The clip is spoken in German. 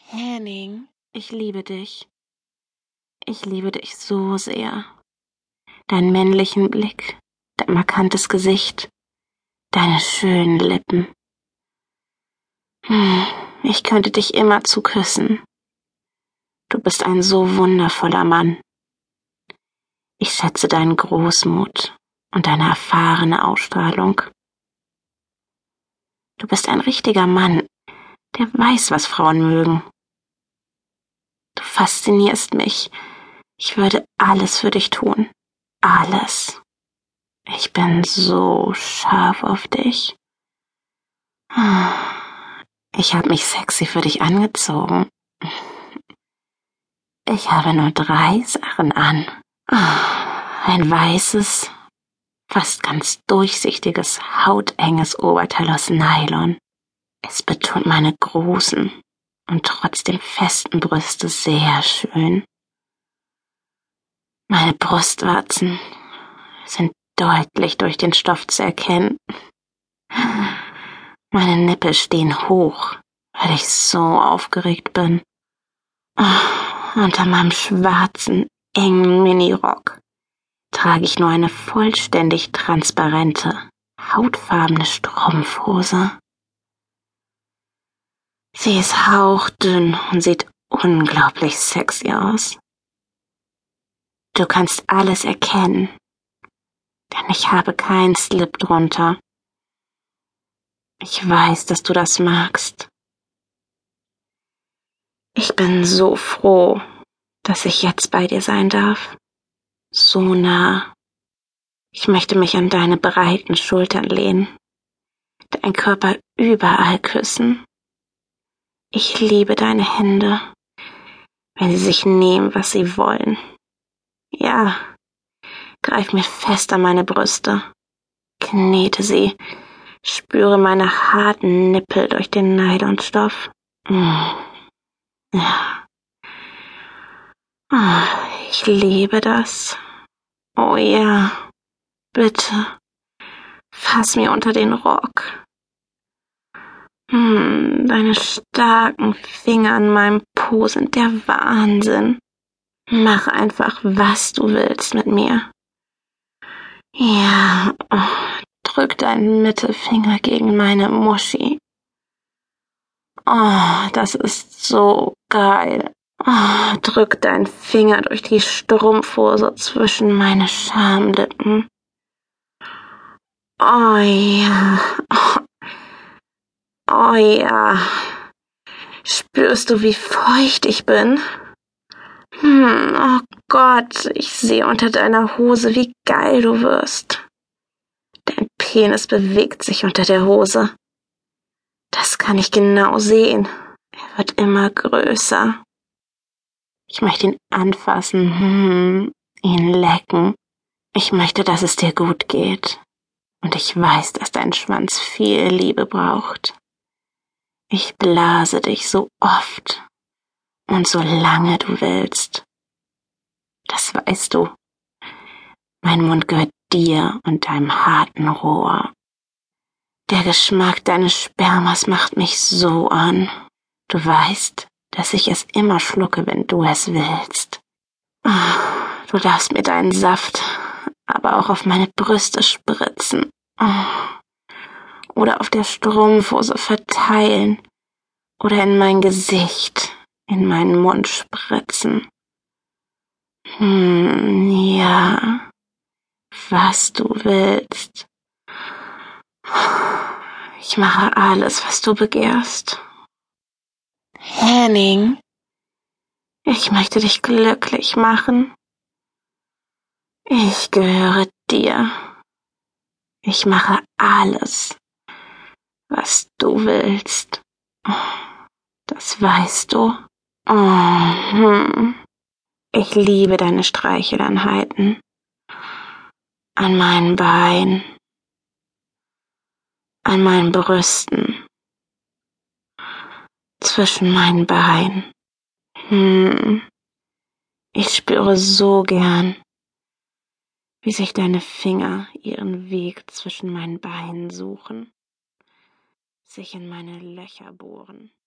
Henning, ich liebe dich. Ich liebe dich so sehr. Deinen männlichen Blick, dein markantes Gesicht, deine schönen Lippen. Ich könnte dich immerzu küssen. Du bist ein so wundervoller Mann. Ich schätze deinen Großmut und deine erfahrene Ausstrahlung. Du bist ein richtiger Mann, der weiß, was Frauen mögen. Du faszinierst mich. Ich würde alles für dich tun. Alles. Ich bin so scharf auf dich. Ich habe mich sexy für dich angezogen. Ich habe nur 3 Sachen an. Ein weißes, fast ganz durchsichtiges, hautenges Oberteil aus Nylon. Es betont meine großen und trotzdem festen Brüste sehr schön. Meine Brustwarzen sind deutlich durch den Stoff zu erkennen. Meine Nippel stehen hoch, weil ich so aufgeregt bin. Unter meinem schwarzen, engen Minirock trage ich nur eine vollständig transparente, hautfarbene Strumpfhose. Sie ist hauchdünn und sieht unglaublich sexy aus. Du kannst alles erkennen, denn ich habe keinen Slip drunter. Ich weiß, dass du das magst. Ich bin so froh, dass ich jetzt bei dir sein darf. So nah. Ich möchte mich an deine breiten Schultern lehnen, deinen Körper überall küssen. Ich liebe deine Hände, wenn sie sich nehmen, was sie wollen. Ja, greif mir fest an meine Brüste, knete sie, spüre meine harten Nippel durch den Nylonstoff. Ja. Ich liebe das. Oh ja, bitte, fass mir unter den Rock. Deine starken Finger an meinem Po sind der Wahnsinn. Mach einfach, was du willst mit mir. Ja, drück deinen Mittelfinger gegen meine Muschi. Das ist so geil. Drück deinen Finger durch die Strumpfhose zwischen meine Schamlippen. Oh ja. Oh ja. Spürst du, wie feucht ich bin? Oh Gott, ich sehe unter deiner Hose, wie geil du wirst. Dein Penis bewegt sich unter der Hose. Das kann ich genau sehen. Er wird immer größer. Ich möchte ihn anfassen, ihn lecken. Ich möchte, dass es dir gut geht. Und ich weiß, dass dein Schwanz viel Liebe braucht. Ich blase dich so oft und so lange du willst. Das weißt du. Mein Mund gehört dir und deinem harten Rohr. Der Geschmack deines Spermas macht mich so an. Du weißt, dass ich es immer schlucke, wenn du es willst. Du darfst mir deinen Saft aber auch auf meine Brüste spritzen. Oder auf der Strumpfhose verteilen. Oder in mein Gesicht, in meinen Mund spritzen. Ja, was du willst. Ich mache alles, was du begehrst. Henning, ich möchte dich glücklich machen. Ich gehöre dir. Ich mache alles, was du willst. Das weißt du. Ich liebe deine Streicheleinheiten. An meinen Beinen. An meinen Brüsten. Zwischen meinen Beinen. Ich spüre so gern, wie sich deine Finger ihren Weg zwischen meinen Beinen suchen, sich in meine Löcher bohren.